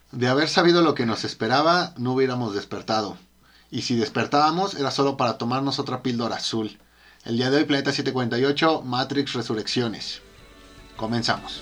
De haber sabido lo que nos esperaba, no hubiéramos despertado. Y si despertábamos, era solo para tomarnos otra píldora azul. El día de hoy, Planeta 748, Matrix Resurrecciones. Comenzamos.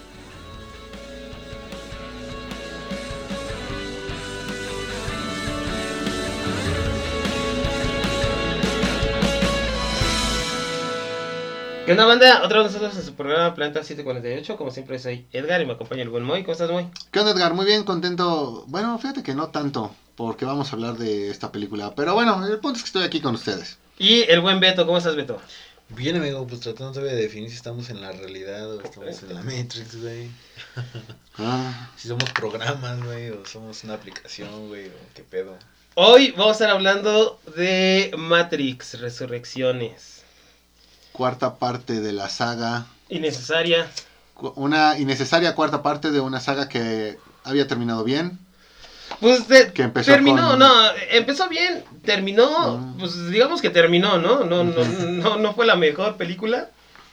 ¿Qué onda, banda? Otra vez nosotros en su programa Planeta 748. Como siempre, soy Edgar y me acompaña el buen Moy. ¿Cómo estás, Moy? ¿Qué onda, Edgar? Muy bien, contento. Bueno, fíjate que no tanto, porque vamos a hablar de esta película. Pero bueno, el punto es que estoy aquí con ustedes. Y el buen Beto. ¿Cómo estás, Beto? Bien, amigo, pues tratando todavía de definir si estamos en la realidad o estamos en la Matrix, güey. Si somos programas, güey, o somos una aplicación, güey, o qué pedo. Hoy vamos a estar hablando de Matrix Resurrecciones. Cuarta parte de la saga. Innecesaria. Una innecesaria cuarta parte de una saga que había terminado bien. Pues que empezó terminó, con... no, empezó bien, terminó, pues digamos que terminó, ¿no? No fue la mejor película.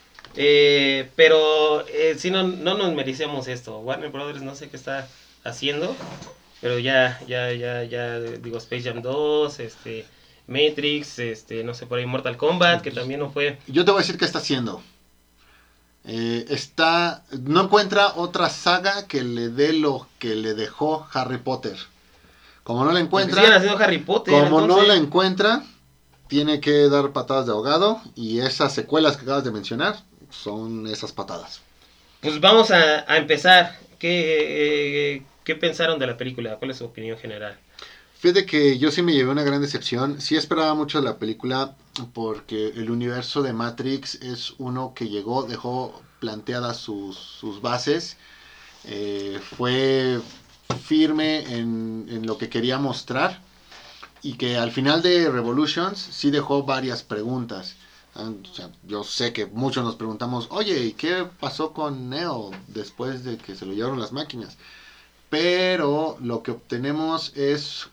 Pero sí, no nos merecíamos esto. Warner Brothers no sé qué está haciendo, pero ya, digo, Space Jam 2, Matrix, no sé, por ahí Mortal Kombat, que también no fue. Yo te voy a decir qué está haciendo. No encuentra otra saga que le dé lo que le dejó Harry Potter. Como no la encuentra, siguen haciendo Harry Potter, como entonces... no la encuentra, tiene que dar patadas de ahogado, y esas secuelas que acabas de mencionar son esas patadas. Pues vamos a empezar. ¿Qué pensaron de la película? ¿Cuál es su opinión general? Fíjate que yo sí me llevé una gran decepción. Sí esperaba mucho de la película porque el universo de Matrix es uno que llegó, dejó planteadas sus bases. Fue firme en lo que quería mostrar, y que al final de Revolutions sí dejó varias preguntas. O sea, yo sé que muchos nos preguntamos, oye, ¿y qué pasó con Neo después de que se lo llevaron las máquinas? Pero lo que obtenemos es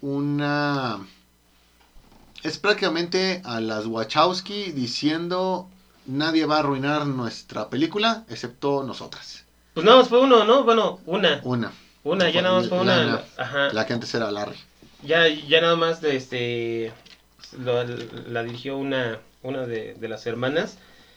prácticamente a las Wachowski diciendo: nadie va a arruinar nuestra película excepto nosotras. Pues nada más fue uno, ¿no? Bueno, una. Una, ya nada más fue una. Lana, Ajá. la que antes era Larry. Ya nada más la dirigió una de las hermanas.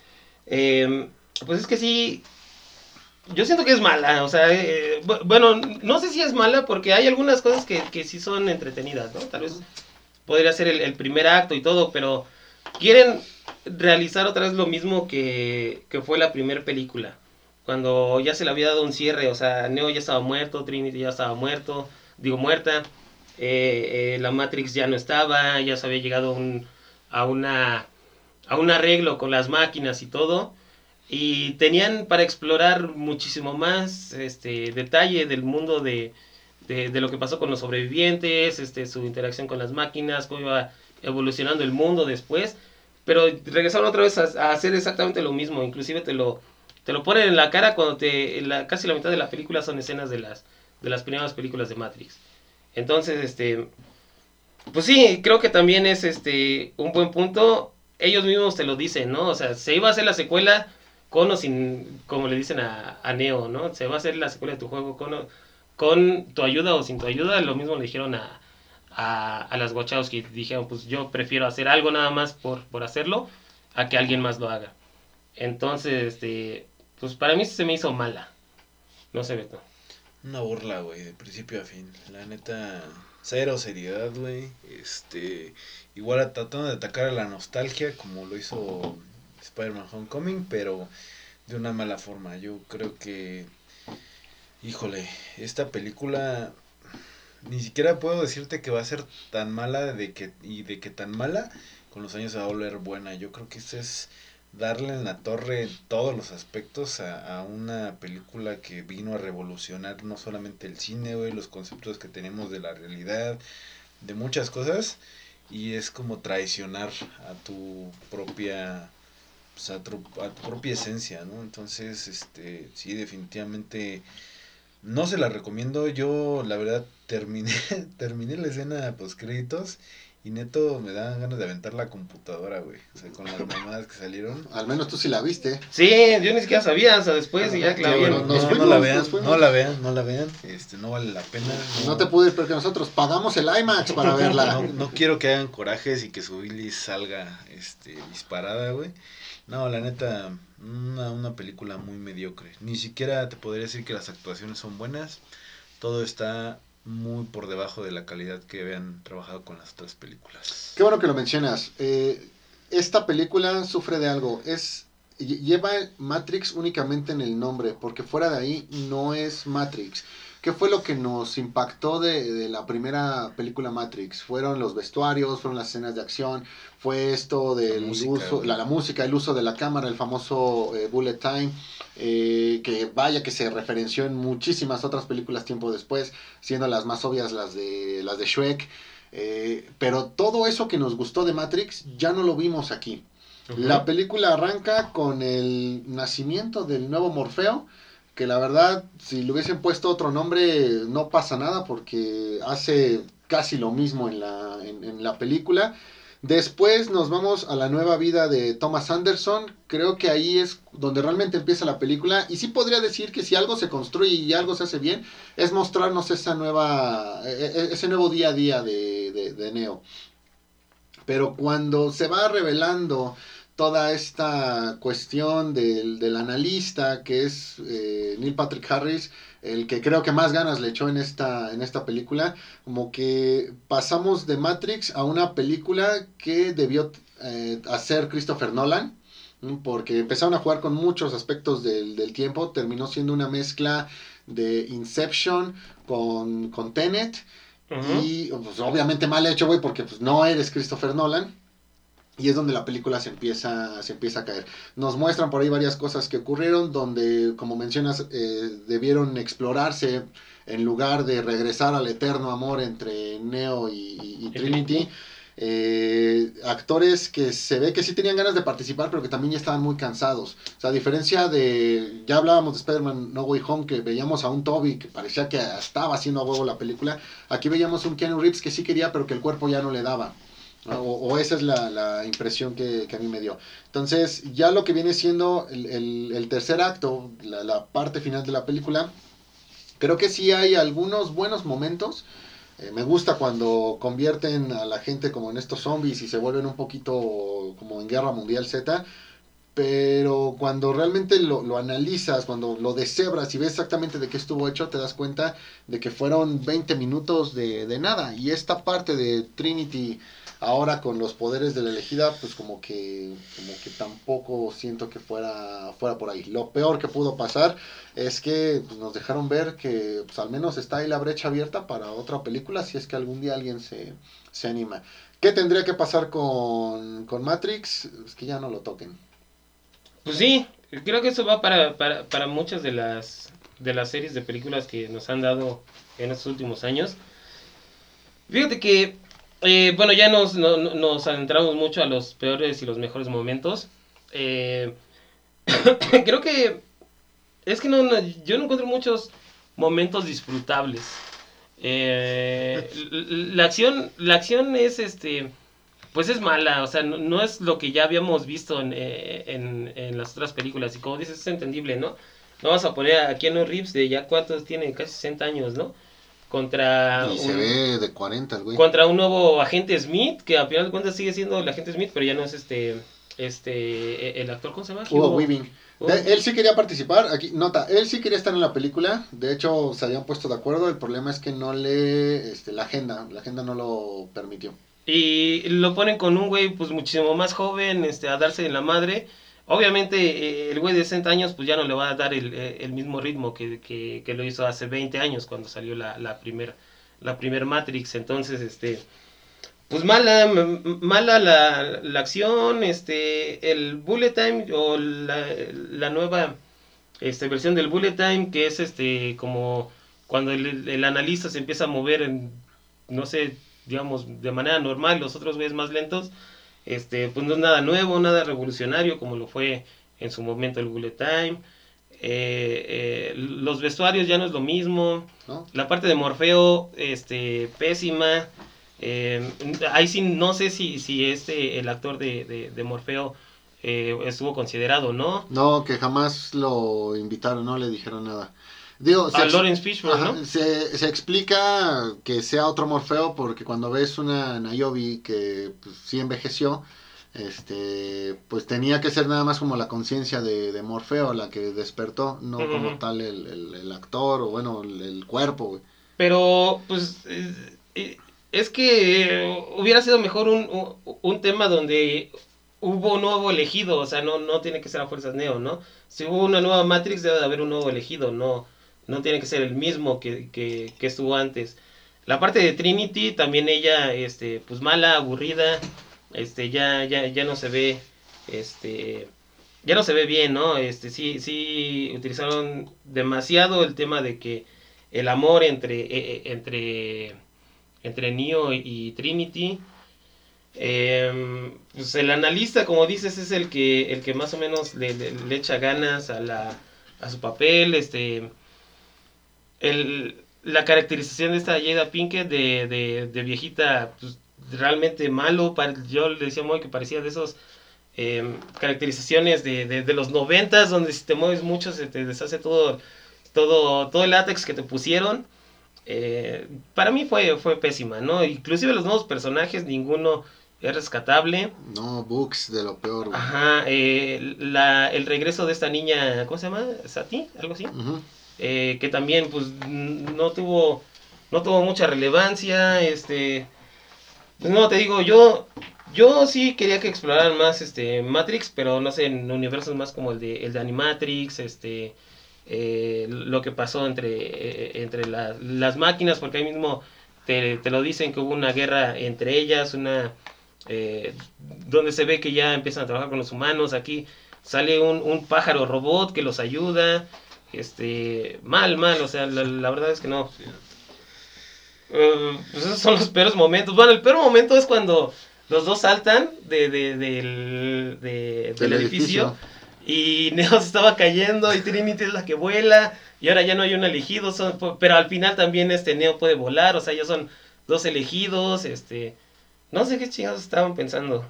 Pues es que sí, yo siento que es mala, o sea, bueno, no sé si es mala porque hay algunas cosas que sí son entretenidas, ¿no? Tal vez podría ser el primer acto y todo, pero quieren realizar otra vez lo mismo que fue la primera película, cuando ya se le había dado un cierre. O sea, Neo ya estaba muerto, Trinity ya estaba muerta, la Matrix ya no estaba, ya se había llegado a un arreglo con las máquinas y todo, y tenían para explorar muchísimo más detalle del mundo de lo que pasó con los sobrevivientes, su interacción con las máquinas, cómo iba evolucionando el mundo después. Pero regresaron otra vez a hacer exactamente lo mismo. Inclusive te lo ponen en la cara cuando casi la mitad de la película son escenas de las primeras películas de Matrix. Entonces, pues sí, creo que también es un buen punto. Ellos mismos te lo dicen, ¿no? O sea, se iba a hacer la secuela con o sin, como le dicen a Neo, ¿no? Se va a hacer la secuela de tu juego con tu ayuda o sin tu ayuda. Lo mismo le dijeron a las Wachowski. Dijeron, pues yo prefiero hacer algo nada más por hacerlo a que alguien más lo haga. Entonces, pues para mí se me hizo mala. No sé, Beto. Una burla, güey, de principio a fin. La neta, cero seriedad, güey. Igual tratando de atacar a la nostalgia como lo hizo Spider-Man Homecoming, pero de una mala forma. Yo creo que, híjole, esta película ni siquiera puedo decirte que va a ser tan mala de que tan mala con los años se va a volver buena. Yo creo que esto es darle en la torre en todos los aspectos a una película que vino a revolucionar no solamente el cine, güey, los conceptos que tenemos de la realidad, de muchas cosas, y es como traicionar a tu propia, pues a tu propia esencia, ¿no? Entonces, sí, definitivamente no se la recomiendo. Yo, la verdad, terminé la escena post créditos Y neto me dan ganas de aventar la computadora, güey. O sea, con las mamadas que salieron. Al menos tú sí la viste. Sí, yo ni siquiera sabía, o sea, después ya que la vi. bueno, nos No fuimos, la vean, nos fuimos. no la vean. No vale la pena. No te pude ir porque nosotros pagamos el IMAX para verla. No quiero que hagan corajes y que su bilis salga disparada, güey. No, la neta, una película muy mediocre. Ni siquiera te podría decir que las actuaciones son buenas. Todo está muy por debajo de la calidad que habían trabajado con las otras películas. Qué bueno que lo mencionas. Esta película sufre de algo. Lleva Matrix únicamente en el nombre, porque fuera de ahí no es Matrix. ¿Qué fue lo que nos impactó de la primera película Matrix? Fueron los vestuarios, fueron las escenas de acción, fue esto del uso, la música, el uso de la cámara, el famoso bullet time, que vaya que se referenció en muchísimas otras películas tiempo después, siendo las más obvias las de Shrek. Pero todo eso que nos gustó de Matrix ya no lo vimos aquí. Uh-huh. La película arranca con el nacimiento del nuevo Morfeo, que la verdad, si le hubiesen puesto otro nombre, no pasa nada, porque hace casi lo mismo en la película. Después nos vamos a la nueva vida de Thomas Anderson. Creo que ahí es donde realmente empieza la película. Y sí podría decir que si algo se construye y algo se hace bien, es mostrarnos ese nuevo día a día de Neo. Pero cuando se va revelando toda esta cuestión del analista, que es Neil Patrick Harris, el que creo que más ganas le echó en esta película, como que pasamos de Matrix a una película que debió hacer Christopher Nolan, porque empezaron a jugar con muchos aspectos del tiempo. Terminó siendo una mezcla de Inception con Tenet. Uh-huh. Y pues, obviamente mal hecho, güey, porque pues, no eres Christopher Nolan. Y es donde la película se empieza a caer. Nos muestran por ahí varias cosas que ocurrieron, donde, como mencionas, debieron explorarse en lugar de regresar al eterno amor entre Neo y Trinity. Actores que se ve que sí tenían ganas de participar, pero que también ya estaban muy cansados. O sea, a diferencia de, ya hablábamos de Spider-Man No Way Home, que veíamos a un Tobey que parecía que estaba haciendo a huevo la película. Aquí veíamos un Keanu Reeves que sí quería, pero que el cuerpo ya no le daba. O esa es la impresión que a mí me dio. Entonces, ya lo que viene siendo el tercer acto, la parte final de la película, creo que sí hay algunos buenos momentos. Me gusta cuando convierten a la gente como en estos zombies y se vuelven un poquito como en Guerra Mundial Z. Pero cuando realmente lo analizas, cuando lo deshebras y ves exactamente de qué estuvo hecho, te das cuenta de que fueron 20 minutos de nada. Y esta parte de Trinity ahora con los poderes de la elegida, pues como que tampoco siento que fuera por ahí. Lo peor que pudo pasar es que pues, nos dejaron ver que pues, al menos está ahí la brecha abierta para otra película, si es que algún día alguien se anima. ¿Qué tendría que pasar con Matrix? Es que ya no lo toquen. Pues sí, creo que eso va para muchas de las series de películas que nos han dado en estos últimos años. Fíjate que bueno, ya nos adentramos mucho a los peores y los mejores momentos. Creo que es que yo no encuentro muchos momentos disfrutables. La acción es pues es mala, o sea, no es lo que ya habíamos visto en las otras películas. Y como dices, es entendible, ¿no? No vas a poner a Keanu Reeves de ya cuántos tiene, casi 60 años, ¿no? Y se ve de 40 el güey. Contra un nuevo agente Smith, que a final de cuentas sigue siendo el agente Smith, pero ya no es el actor, ¿cómo se llama? Hugo Weaving. Él sí quería participar, aquí nota, él sí quería estar en la película, de hecho se habían puesto de acuerdo, el problema es que no la agenda no lo permitió. Y lo ponen con un güey pues muchísimo más joven, a darse en la madre. Obviamente el güey de 60 años pues ya no le va a dar el mismo ritmo que lo hizo hace 20 años cuando salió la primer Matrix. Entonces, pues mala la acción, el bullet time o la nueva versión del bullet time, que es como cuando el analista se empieza a mover no sé, digamos, de manera normal, los otros güeyes más lentos. Pues no es nada nuevo, nada revolucionario como lo fue en su momento el bullet time. Los vestuarios ya no es lo mismo, ¿no? La parte de Morfeo pésima. Ahí sí no sé si el actor de Morfeo estuvo considerado, ¿no? No, que jamás lo invitaron, no le dijeron nada. Digo, A Lawrence Fishburne, ¿no? se explica que sea otro Morfeo porque cuando ves una Niobe que pues, sí envejeció, pues tenía que ser nada más como la conciencia de Morfeo la que despertó, no como tal el actor o bueno, el cuerpo, güey. Pero, pues, es que hubiera sido mejor un tema donde hubo un nuevo elegido, o sea, no tiene que ser a fuerzas Neo, ¿no? Si hubo una nueva Matrix, debe de haber un nuevo elegido, no tiene que ser el mismo que estuvo antes. La parte de Trinity, también ella, pues mala, aburrida, ya no se ve, ya no se ve bien, ¿no? Sí utilizaron demasiado el tema de que el amor entre Neo y Trinity. Pues el analista, como dices, es el que más o menos le echa ganas a su papel. La caracterización de esta Jada Pinkett de viejita, pues, realmente malo. Yo le decía muy que parecía de esos caracterizaciones de los 90s, donde si te mueves mucho se te deshace todo el látex que te pusieron. Para mí fue pésima, ¿no? Inclusive los nuevos personajes, ninguno es rescatable. No, Books de lo peor, güey. Ajá, el regreso de esta niña, ¿cómo se llama? ¿Sati? ¿Algo así? Uh-huh. Que también, pues, no tuvo mucha relevancia. Pues no, te digo, yo sí quería que exploraran más Matrix, pero no sé, en universos más como el de Animatrix, lo que pasó entre las máquinas, porque ahí mismo te lo dicen que hubo una guerra entre ellas, donde se ve que ya empiezan a trabajar con los humanos. Aquí sale un pájaro robot que los ayuda. Mal, o sea, la verdad es que no. Pues esos son los peores momentos. Bueno, el peor momento es cuando los dos saltan del edificio y Neo se estaba cayendo y Trinity es la que vuela y ahora ya no hay un elegido, pero al final también Neo puede volar, o sea, ya son dos elegidos. No sé qué chingados estaban pensando.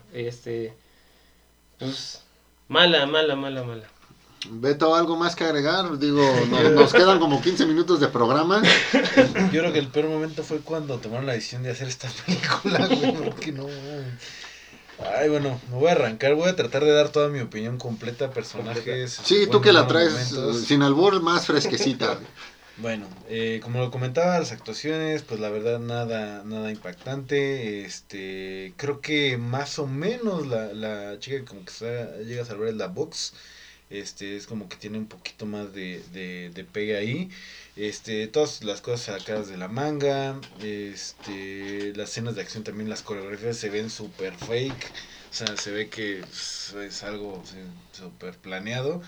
Pues mala. Beto, ¿algo más que agregar? Digo, nos quedan como 15 minutos de programa. Yo creo que el peor momento fue cuando tomaron la decisión de hacer esta película, güey, porque no. Ay, bueno, me voy a arrancar, voy a tratar de dar toda mi opinión completa, personajes. Sí, tú que la traes sin albur, más fresquecita. Bueno, como lo comentaba, las actuaciones, pues la verdad nada impactante. Creo que más o menos la chica que como que llega a salvar es la Box. Es como que tiene un poquito más de pegue ahí. Todas las cosas sacadas de la manga. Las escenas de acción también, las coreografías se ven súper fake. O sea, se ve que es algo súper planeado.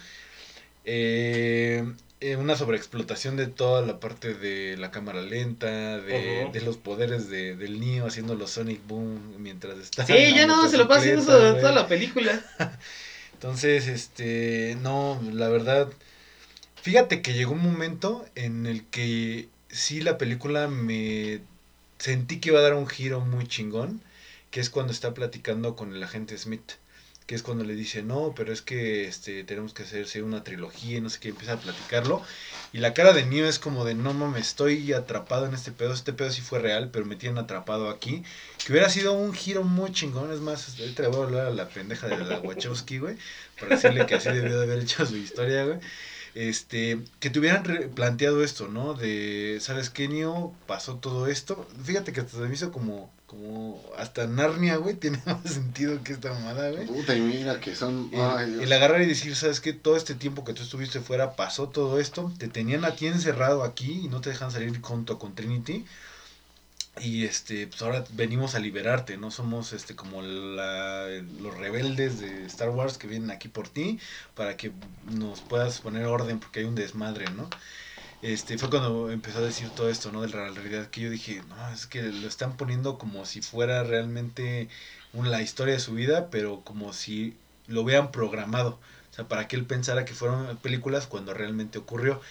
Una sobreexplotación de toda la parte de la cámara lenta, de los poderes del Neo haciendo los Sonic Boom mientras está. Sí, ya no, se lo pasa haciendo eso de toda la película. Entonces, no, la verdad, fíjate que llegó un momento en el que sí la película me sentí que iba a dar un giro muy chingón, que es cuando está platicando con el agente Smith, que es cuando le dice, no, pero es que tenemos que hacerse una trilogía y no sé qué, empieza a platicarlo, y la cara de Neo es como de, no mames, estoy atrapado en este pedo sí fue real, pero me tienen atrapado aquí, que hubiera sido un giro muy chingón. Es más, ahorita le voy a hablar a la pendeja de la Wachowski, güey, para decirle que así debió de haber hecho su historia, güey. Que te hubieran planteado esto, ¿no? De, ¿sabes qué, Neo? Pasó todo esto. Fíjate que hasta se me hizo como hasta Narnia, güey, tiene más sentido que esta mamada, güey. Puta, y mira que son... El agarrar y decir, ¿sabes qué? Todo este tiempo que tú estuviste fuera, pasó todo esto, te tenían a ti encerrado aquí y no te dejan salir junto con Trinity. Y pues ahora venimos a liberarte, no somos como los rebeldes de Star Wars que vienen aquí por ti para que nos puedas poner orden porque hay un desmadre, ¿no? Fue cuando empezó a decir todo esto, ¿no? De la realidad, que yo dije, no, es que lo están poniendo como si fuera realmente la historia de su vida, pero como si lo hubieran programado, o sea, para que él pensara que fueron películas cuando realmente ocurrió.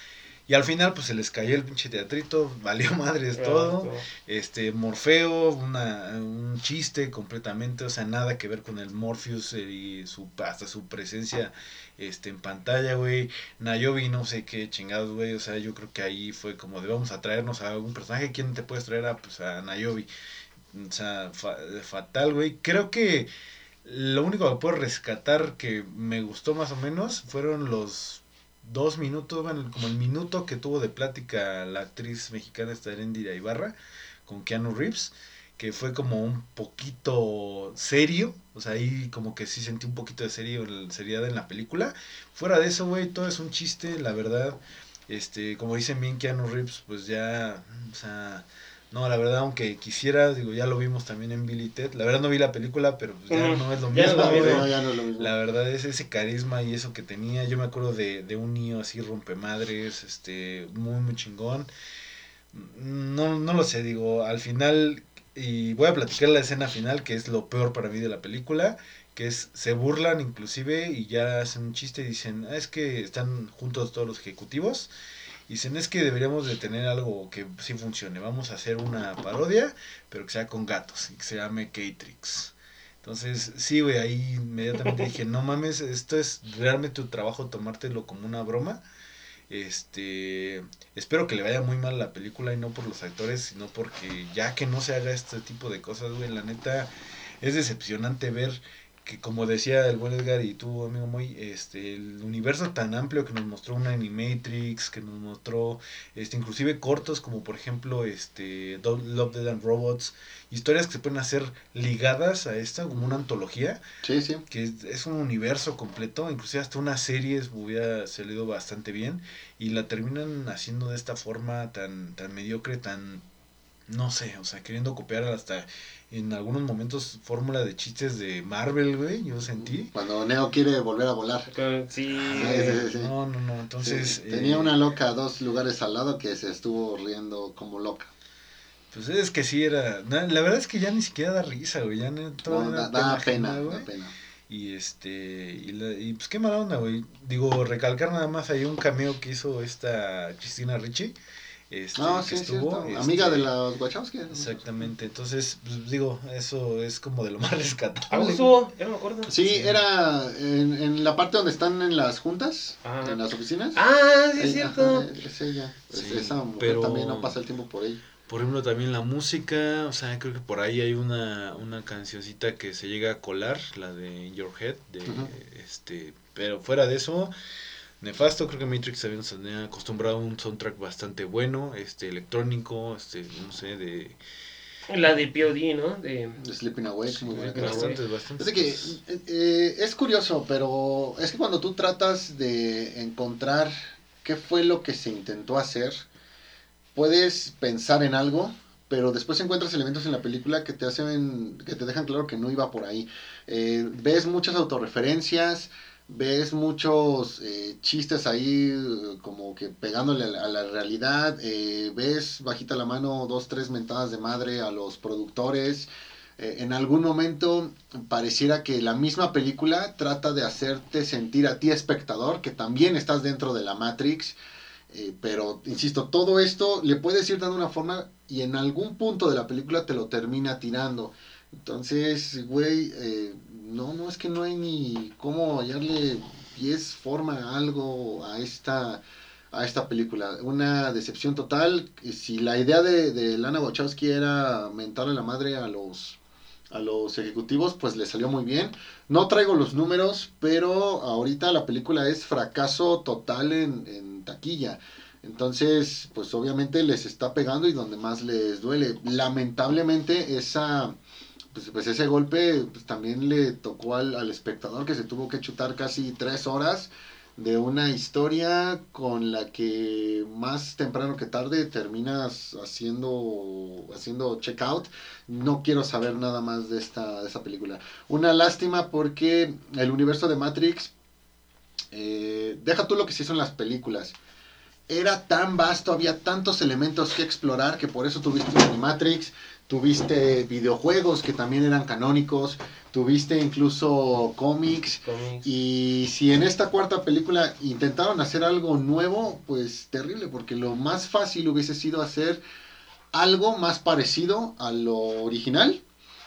Y al final, pues se les cayó el pinche teatrito, valió madres todo. Morfeo, un chiste completamente, o sea, nada que ver con el Morpheus y hasta su presencia en pantalla, güey. Niobe, no sé qué chingados, güey. O sea, yo creo que ahí fue como de vamos a traernos a algún personaje. ¿Quién te puedes traer? Pues a Niobe. O sea, fatal, güey. Creo que lo único que puedo rescatar que me gustó más o menos fueron los 2 minutos, bueno, como el minuto que tuvo de plática la actriz mexicana Erendira Ibarra con Keanu Reeves, que fue como un poquito serio, o sea, ahí como que sí sentí un poquito de seriedad en la película. Fuera de eso, güey, todo es un chiste, la verdad. Como dicen bien Keanu Reeves, pues ya, o sea, no, la verdad, aunque quisiera, digo, ya lo vimos también en Bill y Ted. La verdad no vi la película, pero pues ya no es lo mismo, no, güey. ya no es lo mismo. La verdad es ese carisma y eso que tenía. Yo me acuerdo de un niño así rompemadres, muy, muy chingón. No lo sé, digo, al final, y voy a platicar la escena final, que es lo peor para mí de la película, que es, se burlan inclusive y ya hacen un chiste y dicen, es que están juntos todos los ejecutivos. Y dicen, es que deberíamos de tener algo que sí funcione. Vamos a hacer una parodia, pero que sea con gatos y que se llame Catrix. Entonces, sí, güey, ahí inmediatamente dije, no mames, esto es realmente tu trabajo, tomártelo como una broma. Espero que le vaya muy mal a la película y no por los actores, sino porque ya que no se haga este tipo de cosas, güey, la neta es decepcionante ver que, como decía el buen Edgar y tú, amigo Moy, el universo tan amplio que nos mostró una Animatrix, que nos mostró inclusive cortos como por ejemplo Love, Death and Robots, historias que se pueden hacer ligadas a esta como una antología, Sí, sí. que es un universo completo, inclusive hasta una serie hubiera salido bastante bien y la terminan haciendo de esta forma tan mediocre, tan, no sé, o sea, queriendo copiar hasta en algunos momentos fórmula de chistes de Marvel, güey, yo sentí. Cuando Neo quiere volver a volar. Sí. Sí. No, entonces... Sí. Tenía una loca a 2 lugares al lado que se estuvo riendo como loca. Pues es que sí era... La verdad es que ya ni siquiera da risa, güey, ya todo da pena, güey. Y pues qué mala onda, güey. Digo, recalcar nada más ahí un cameo que hizo esta Christina Ricci. Sí, estuvo, amiga de los Wachowski. Exactamente, entonces, pues, digo, eso es como de lo más rescatable. Estuvo, ya no me acuerdo. Sí, era en la parte donde están en las juntas, en las oficinas. Sí, es cierto. Es ella. Sí, esa mujer pero también no pasa el tiempo por ahí. Por ejemplo, también la música, o sea, creo que por ahí hay una cancioncita que se llega a colar, la de In Your Head, pero fuera de eso, nefasto. Creo que Matrix también nos tenía acostumbrado a un soundtrack bastante bueno, electrónico, no sé, de... La de POD, ¿no? De Sleeping Away, muy buena. Bastante. Es que es curioso, pero es que cuando tú tratas de encontrar qué fue lo que se intentó hacer, puedes pensar en algo, pero después encuentras elementos en la película que te dejan claro que no iba por ahí. Ves muchas autorreferencias, ves muchos chistes ahí como que pegándole a la realidad, ves bajita la mano 2, 3 mentadas de madre a los productores. En algún momento pareciera que la misma película trata de hacerte sentir a ti espectador que también estás dentro de la Matrix. Pero, insisto, todo esto le puedes ir dando una forma y en algún punto de la película te lo termina tirando. Entonces, güey, no, es que no hay ni cómo hallarle pies, forma, algo a esta película. Una decepción total. Si la idea de Lana Wachowski era mentarle la madre a los ejecutivos, pues le salió muy bien. No traigo los números, pero ahorita la película es fracaso total en taquilla. Entonces, pues obviamente les está pegando y donde más les duele. Lamentablemente pues ese golpe pues también le tocó al espectador, que se tuvo que chutar casi 3 horas de una historia con la que más temprano que tarde terminas haciendo check out. No quiero saber nada más de esa película. Una lástima porque el universo de Matrix, deja tú lo que se hizo en las películas. era tan vasto, había tantos elementos que explorar, que por eso tuviste un Animatrix, tuviste videojuegos que también eran canónicos, tuviste incluso cómics, y si en esta cuarta película intentaron hacer algo nuevo, pues terrible, porque lo más fácil hubiese sido hacer algo más parecido a lo original,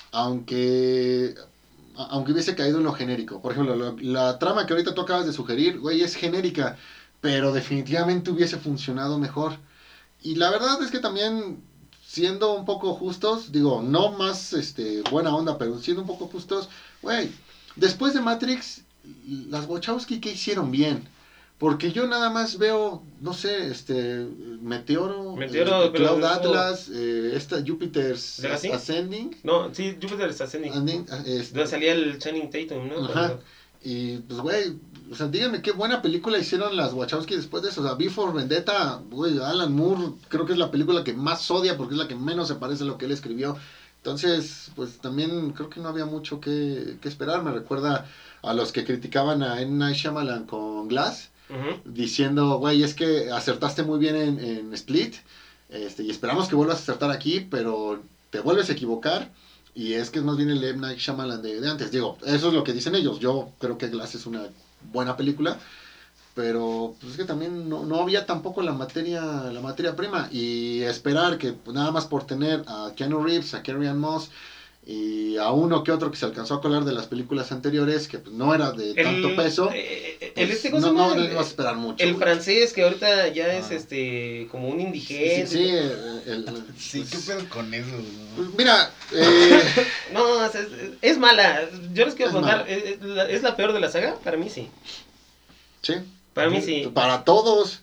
aunque hubiese caído en lo genérico. Por ejemplo, la trama que ahorita tú acabas de sugerir, güey, es genérica, pero definitivamente hubiese funcionado mejor. Y la verdad es que también, siendo un poco justos, digo, no más buena onda, pero siendo un poco justos, güey, después de Matrix, las Wachowski, ¿qué hicieron bien? Porque yo nada más veo, no sé, Meteoro, Cloud Atlas, esta Jupiter's Ascending. No, sí, Jupiter's Ascending. Donde salía el Channing Tatum, ¿no? Ajá. Y pues, güey, o sea, díganme qué buena película hicieron las Wachowski después de eso. O sea, V for Vendetta, güey, Alan Moore, creo que es la película que más odia porque es la que menos se parece a lo que él escribió. Entonces, pues también creo que no había mucho que esperar. Me recuerda a los que criticaban a M. Night Shyamalan con Glass. Diciendo, güey, es que acertaste muy bien en Split, y esperamos que vuelvas a acertar aquí, pero te vuelves a equivocar, y es que es más bien el M. Night Shyamalan de antes. Digo, eso es lo que dicen ellos. Yo creo que Glass es una buena película, pero pues es que también no había tampoco la materia prima, y esperar que pues, nada más por tener a Keanu Reeves, a Carrie-Anne Moss y a uno que otro que se alcanzó a colar de las películas anteriores, que pues, no era de tanto peso, pues, no vas a esperar mucho. El francés, que ahorita ya es como un indigente. Sí, sí, ¿qué pedo con eso? ¿No? Pues, mira, no, es mala. Yo les quiero contar, ¿es la peor de la saga? Para mí sí. Sí. Para mí sí. Para todos.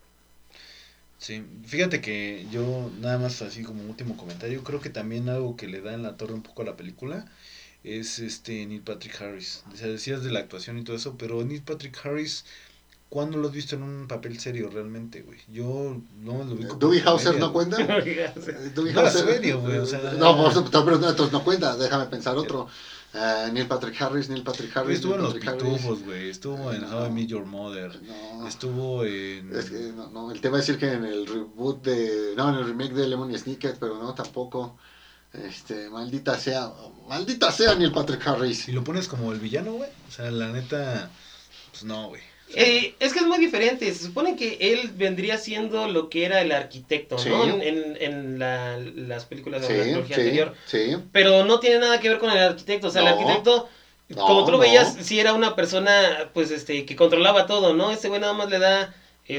Sí, fíjate que yo nada más así como último comentario, creo que también algo que le da en la torre un poco a la película es Neil Patrick Harris. O sea, decías de la actuación y todo eso, pero Neil Patrick Harris, ¿cuándo lo has visto en un papel serio realmente, güey? Yo no lo vi como ¿Doogie Howser no cuenta? ¿Doogie Howser? No, serio, güey, o sea... No, pero entonces no cuenta, déjame pensar otro. Neil Patrick Harris. Estuvo en Los Pitufos, güey. Estuvo en How I Met Your Mother. No. Estuvo en... Es que no, él te va a decir que en el reboot en el remake de Lemony Snicket, pero no, tampoco. Maldita sea Neil Patrick Harris. Y lo pones como el villano, güey. O sea, la neta, pues no, güey. Es que es muy diferente. Se supone que él vendría siendo lo que era el arquitecto, sí. ¿no? En las películas de la trilogía anterior. Sí. Pero no tiene nada que ver con el arquitecto. O sea, el arquitecto, como tú lo veías, sí era una persona, pues, que controlaba todo, ¿no? Ese güey nada más le da,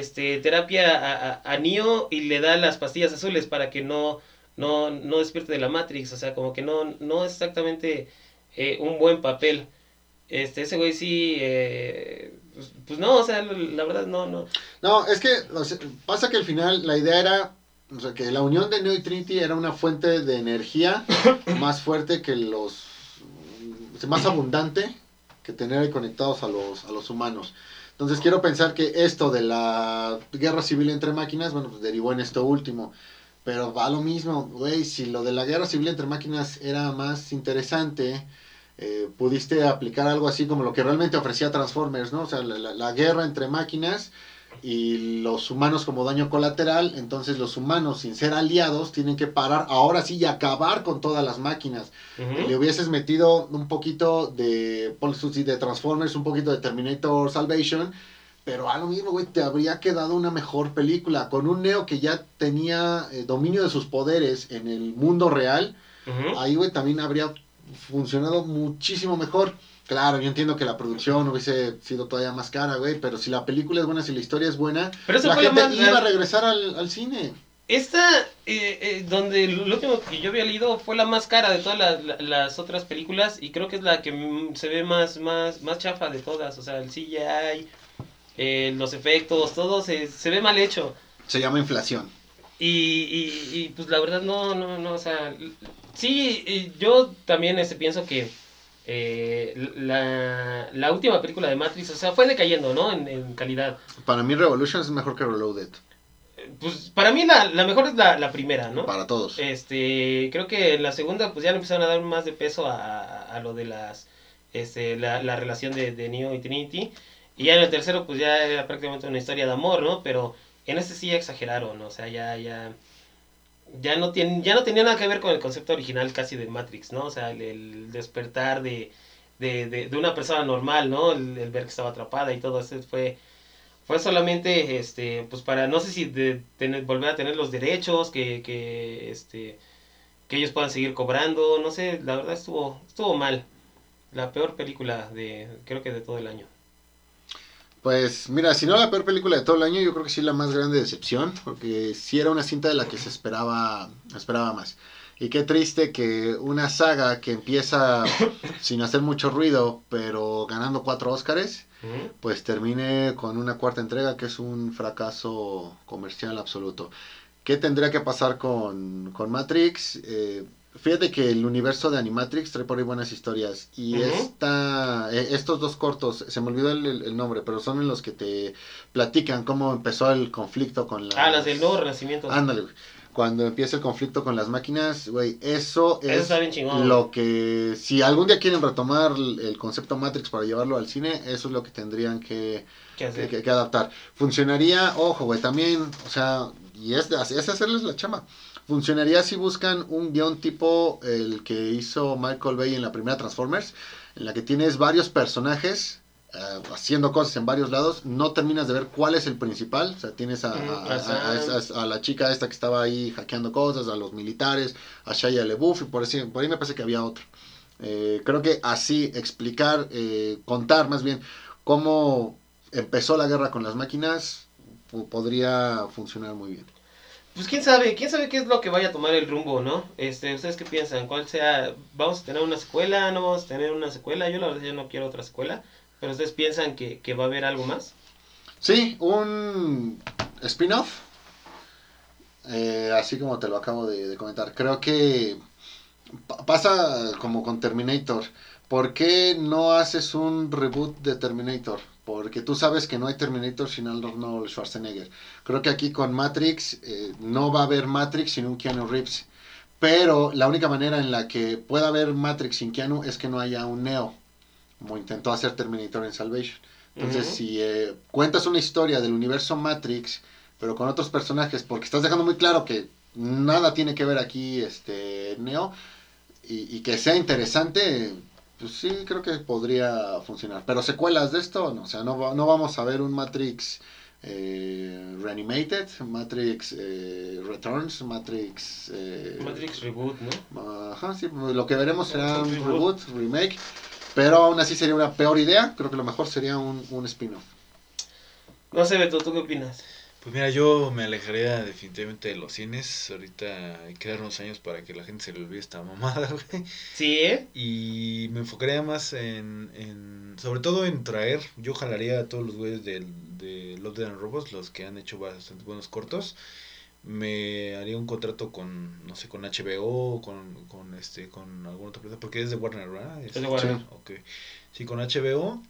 terapia a Neo y le da las pastillas azules para que no despierte de la Matrix. O sea, como que no es exactamente un buen papel. Ese güey sí... Pues no, o sea, la verdad no. No, es que pasa que al final la idea era, o sea, que la unión de Neo y Trinity era una fuente de energía más fuerte que más abundante que tener ahí conectados a los humanos. Entonces quiero pensar que esto de la guerra civil entre máquinas, bueno, pues derivó en esto último. Pero va lo mismo, güey, si lo de la guerra civil entre máquinas era más interesante... pudiste aplicar algo así como lo que realmente ofrecía Transformers, ¿no? O sea, la guerra entre máquinas y los humanos como daño colateral. Entonces los humanos, sin ser aliados, tienen que parar ahora sí y acabar con todas las máquinas. Le hubieses metido un poquito de Transformers, un poquito de Terminator Salvation, pero a lo mismo, güey, te habría quedado una mejor película con un Neo que ya tenía dominio de sus poderes en el mundo real. Ahí, güey, también habría funcionado muchísimo mejor. Claro, yo entiendo que la producción hubiese sido todavía más cara, güey, pero si la película es buena, si la historia es buena, la gente iba a regresar al cine. Esta, donde lo último que yo había leído fue la más cara de todas las otras películas, y creo que es la que se ve más chafa de todas. O sea, el CGI, los efectos, todo se ve mal hecho. Se llama inflación. Y pues la verdad no, o sea, sí, yo también pienso que la última película de Matrix, o sea, fue decayendo, ¿no? En calidad. Para mí Revolution es mejor que Reloaded. Pues para mí la mejor es la primera, ¿no? Para todos. Creo que en la segunda pues ya le empezaron a dar más de peso a lo de la relación de Neo y Trinity. Y ya en el tercero pues ya era prácticamente una historia de amor, ¿no? Pero En este sí ya exageraron, o sea, ya no tenía nada que ver con el concepto original casi de Matrix, ¿no? O sea, el despertar de una persona normal, ¿no? El ver que estaba atrapada y todo eso fue solamente, pues para, no sé si volver a tener los derechos, que ellos puedan seguir cobrando, no sé, la verdad estuvo mal. La peor película creo que de todo el año. Pues mira, si no la peor película de todo el año, yo creo que sí la más grande decepción, porque sí era una cinta de la que se esperaba más. Y qué triste que una saga que empieza sin hacer mucho ruido, pero ganando 4 Óscares, pues termine con una cuarta entrega que es un fracaso comercial absoluto. ¿Qué tendría que pasar con Matrix? Fíjate que el universo de Animatrix trae por ahí buenas historias. Y estos 2 cortos, se me olvidó el nombre, pero son en los que te platican cómo empezó el conflicto con las del nuevo renacimiento. Ándale, güey. Cuando empieza el conflicto con las máquinas, güey, eso es está bien chingón, lo que... Si algún día quieren retomar el concepto Matrix para llevarlo al cine, eso es lo que tendrían que adaptar. Funcionaría, ojo, güey, también, o sea, y es hacerles la chamba. Funcionaría si buscan un guión tipo el que hizo Michael Bay en la primera Transformers, en la que tienes varios personajes haciendo cosas en varios lados, no terminas de ver cuál es el principal. O sea, tienes a la chica esta que estaba ahí hackeando cosas, a los militares, a Shia LaBeouf, y por ahí me parece que había otro. Creo que así explicar, contar más bien cómo empezó la guerra con las máquinas podría funcionar muy bien. Pues quién sabe qué es lo que vaya a tomar el rumbo, ¿no? ¿Ustedes qué piensan? ¿Cuál sea? ¿Vamos a tener una secuela? ¿No vamos a tener una secuela? Yo la verdad ya no quiero otra secuela, pero ¿ustedes piensan que va a haber algo más? Sí, un spin-off, así como te lo acabo de comentar. Creo que pasa como con Terminator. ¿Por qué no haces un reboot de Terminator? Porque tú sabes que no hay Terminator sin Arnold Schwarzenegger. Creo que aquí con Matrix no va a haber Matrix sin un Keanu Reeves. Pero la única manera en la que pueda haber Matrix sin Keanu es que no haya un Neo, como intentó hacer Terminator en Salvation. Entonces, si cuentas una historia del universo Matrix, pero con otros personajes, porque estás dejando muy claro que nada tiene que ver aquí Neo, y que sea interesante, pues sí, creo que podría funcionar. Pero secuelas de esto, no, o sea, no vamos a ver un Matrix Reanimated, Matrix Returns, Matrix Reboot, ¿no? Ajá, sí, lo que veremos será un reboot, remake, pero aún así sería una peor idea. Creo que lo mejor sería un spin-off. No sé, Beto, ¿tú qué opinas? Pues mira, yo me alejaría definitivamente de los cines. Ahorita hay que dar unos años para que la gente se le olvide esta mamada, güey. Sí, Y me enfocaría más sobre todo en traer, yo jalaría a todos los güeyes de Love, Death and Robots, los que han hecho bastante buenos cortos. Me haría un contrato con, no sé, con HBO, con alguna otra empresa, porque es de Warner, ¿verdad? Es de Warner. Sí. Okay. Sí, con HBO.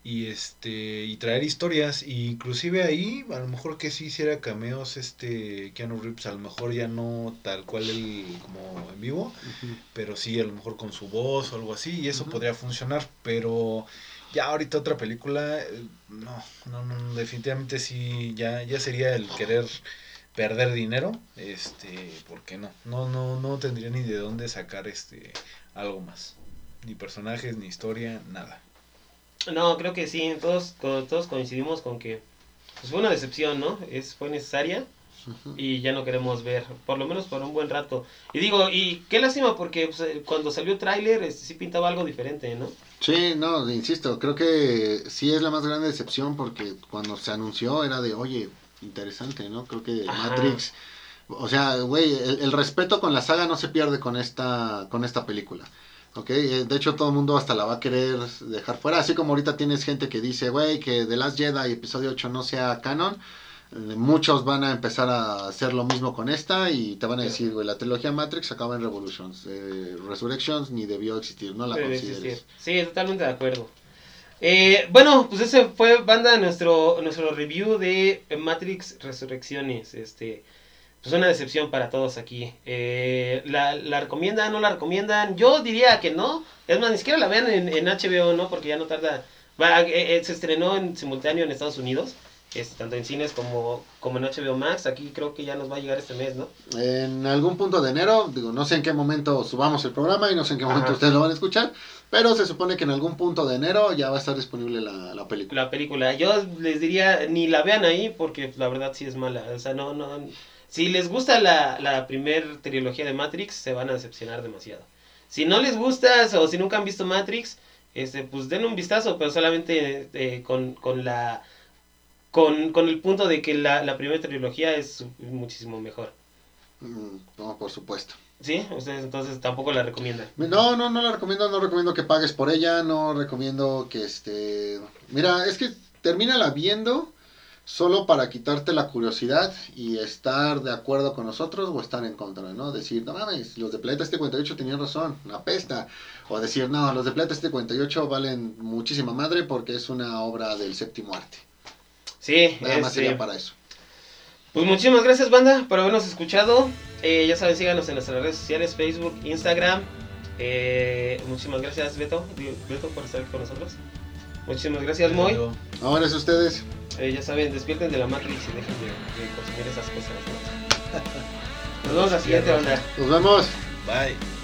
Y traer historias, y inclusive ahí a lo mejor que sí hiciera cameos Keanu Reeves, a lo mejor ya no tal cual él como en vivo, pero sí a lo mejor con su voz o algo así, y eso podría funcionar. Pero ya ahorita otra película, no, definitivamente sí, ya sería el querer perder dinero, porque no tendría ni de dónde sacar algo más, ni personajes, ni historia, nada. No, creo que sí, todos coincidimos con que pues fue una decepción, ¿no? Fue necesaria y ya no queremos ver, por lo menos por un buen rato. Y digo, y qué lástima porque pues, cuando salió el tráiler sí pintaba algo diferente, ¿no? Sí, no, insisto, creo que sí es la más grande decepción, porque cuando se anunció era de, oye, interesante, ¿no? Creo que Matrix, o sea, güey, el respeto con la saga no se pierde con esta película. Okay, de hecho todo el mundo hasta la va a querer dejar fuera, así como ahorita tienes gente que dice, güey, que The Last Jedi episodio 8 no sea canon. Muchos van a empezar a hacer lo mismo con esta y te van a decir, güey, la trilogía Matrix acaba en Resurrections ni debió existir, no la consideres. Sí, totalmente de acuerdo. Bueno, pues ese fue, banda, nuestro review de Matrix Resurrecciones. Pues una decepción para todos aquí. ¿La recomiendan? ¿No la recomiendan? Yo diría que no. Es más, ni siquiera la vean en HBO, ¿no? Porque ya no tarda. Se estrenó en simultáneo en Estados Unidos. tanto en cines como en HBO Max. Aquí creo que ya nos va a llegar este mes, ¿no? En algún punto de enero, digo, no sé en qué momento subamos el programa y no sé en qué momento Ajá. ustedes lo van a escuchar, pero se supone que en algún punto de enero ya va a estar disponible la película. La película, yo les diría, ni la vean ahí porque la verdad sí es mala. O sea, no. Si les gusta la primer trilogía de Matrix, se van a decepcionar demasiado. Si no les gusta o si nunca han visto Matrix, pues den un vistazo, pero solamente con el punto de que la primera trilogía es muchísimo mejor. No, por supuesto. ¿Sí? Ustedes entonces tampoco la recomiendan. No la recomiendo, no recomiendo que pagues por ella, no recomiendo que Mira, es que termínala viendo solo para quitarte la curiosidad y estar de acuerdo con nosotros o estar en contra, ¿no? Decir, no mames, los de Planeta 48 tenían razón, una pesta. O decir, no, los de Planeta 48 valen muchísima madre porque es una obra del séptimo arte. Sí, Nada más sería para eso. Pues muchísimas gracias, banda, por habernos escuchado. Ya saben, síganos en nuestras redes sociales, Facebook, Instagram. Muchísimas gracias, Beto, por estar aquí con nosotros. Muchísimas gracias, Moy. Ahora es ustedes. Ya saben, despierten de la Matrix y dejen de consumir esas cosas, ¿no? Nos vemos la siguiente, banda. Nos vemos. Bye.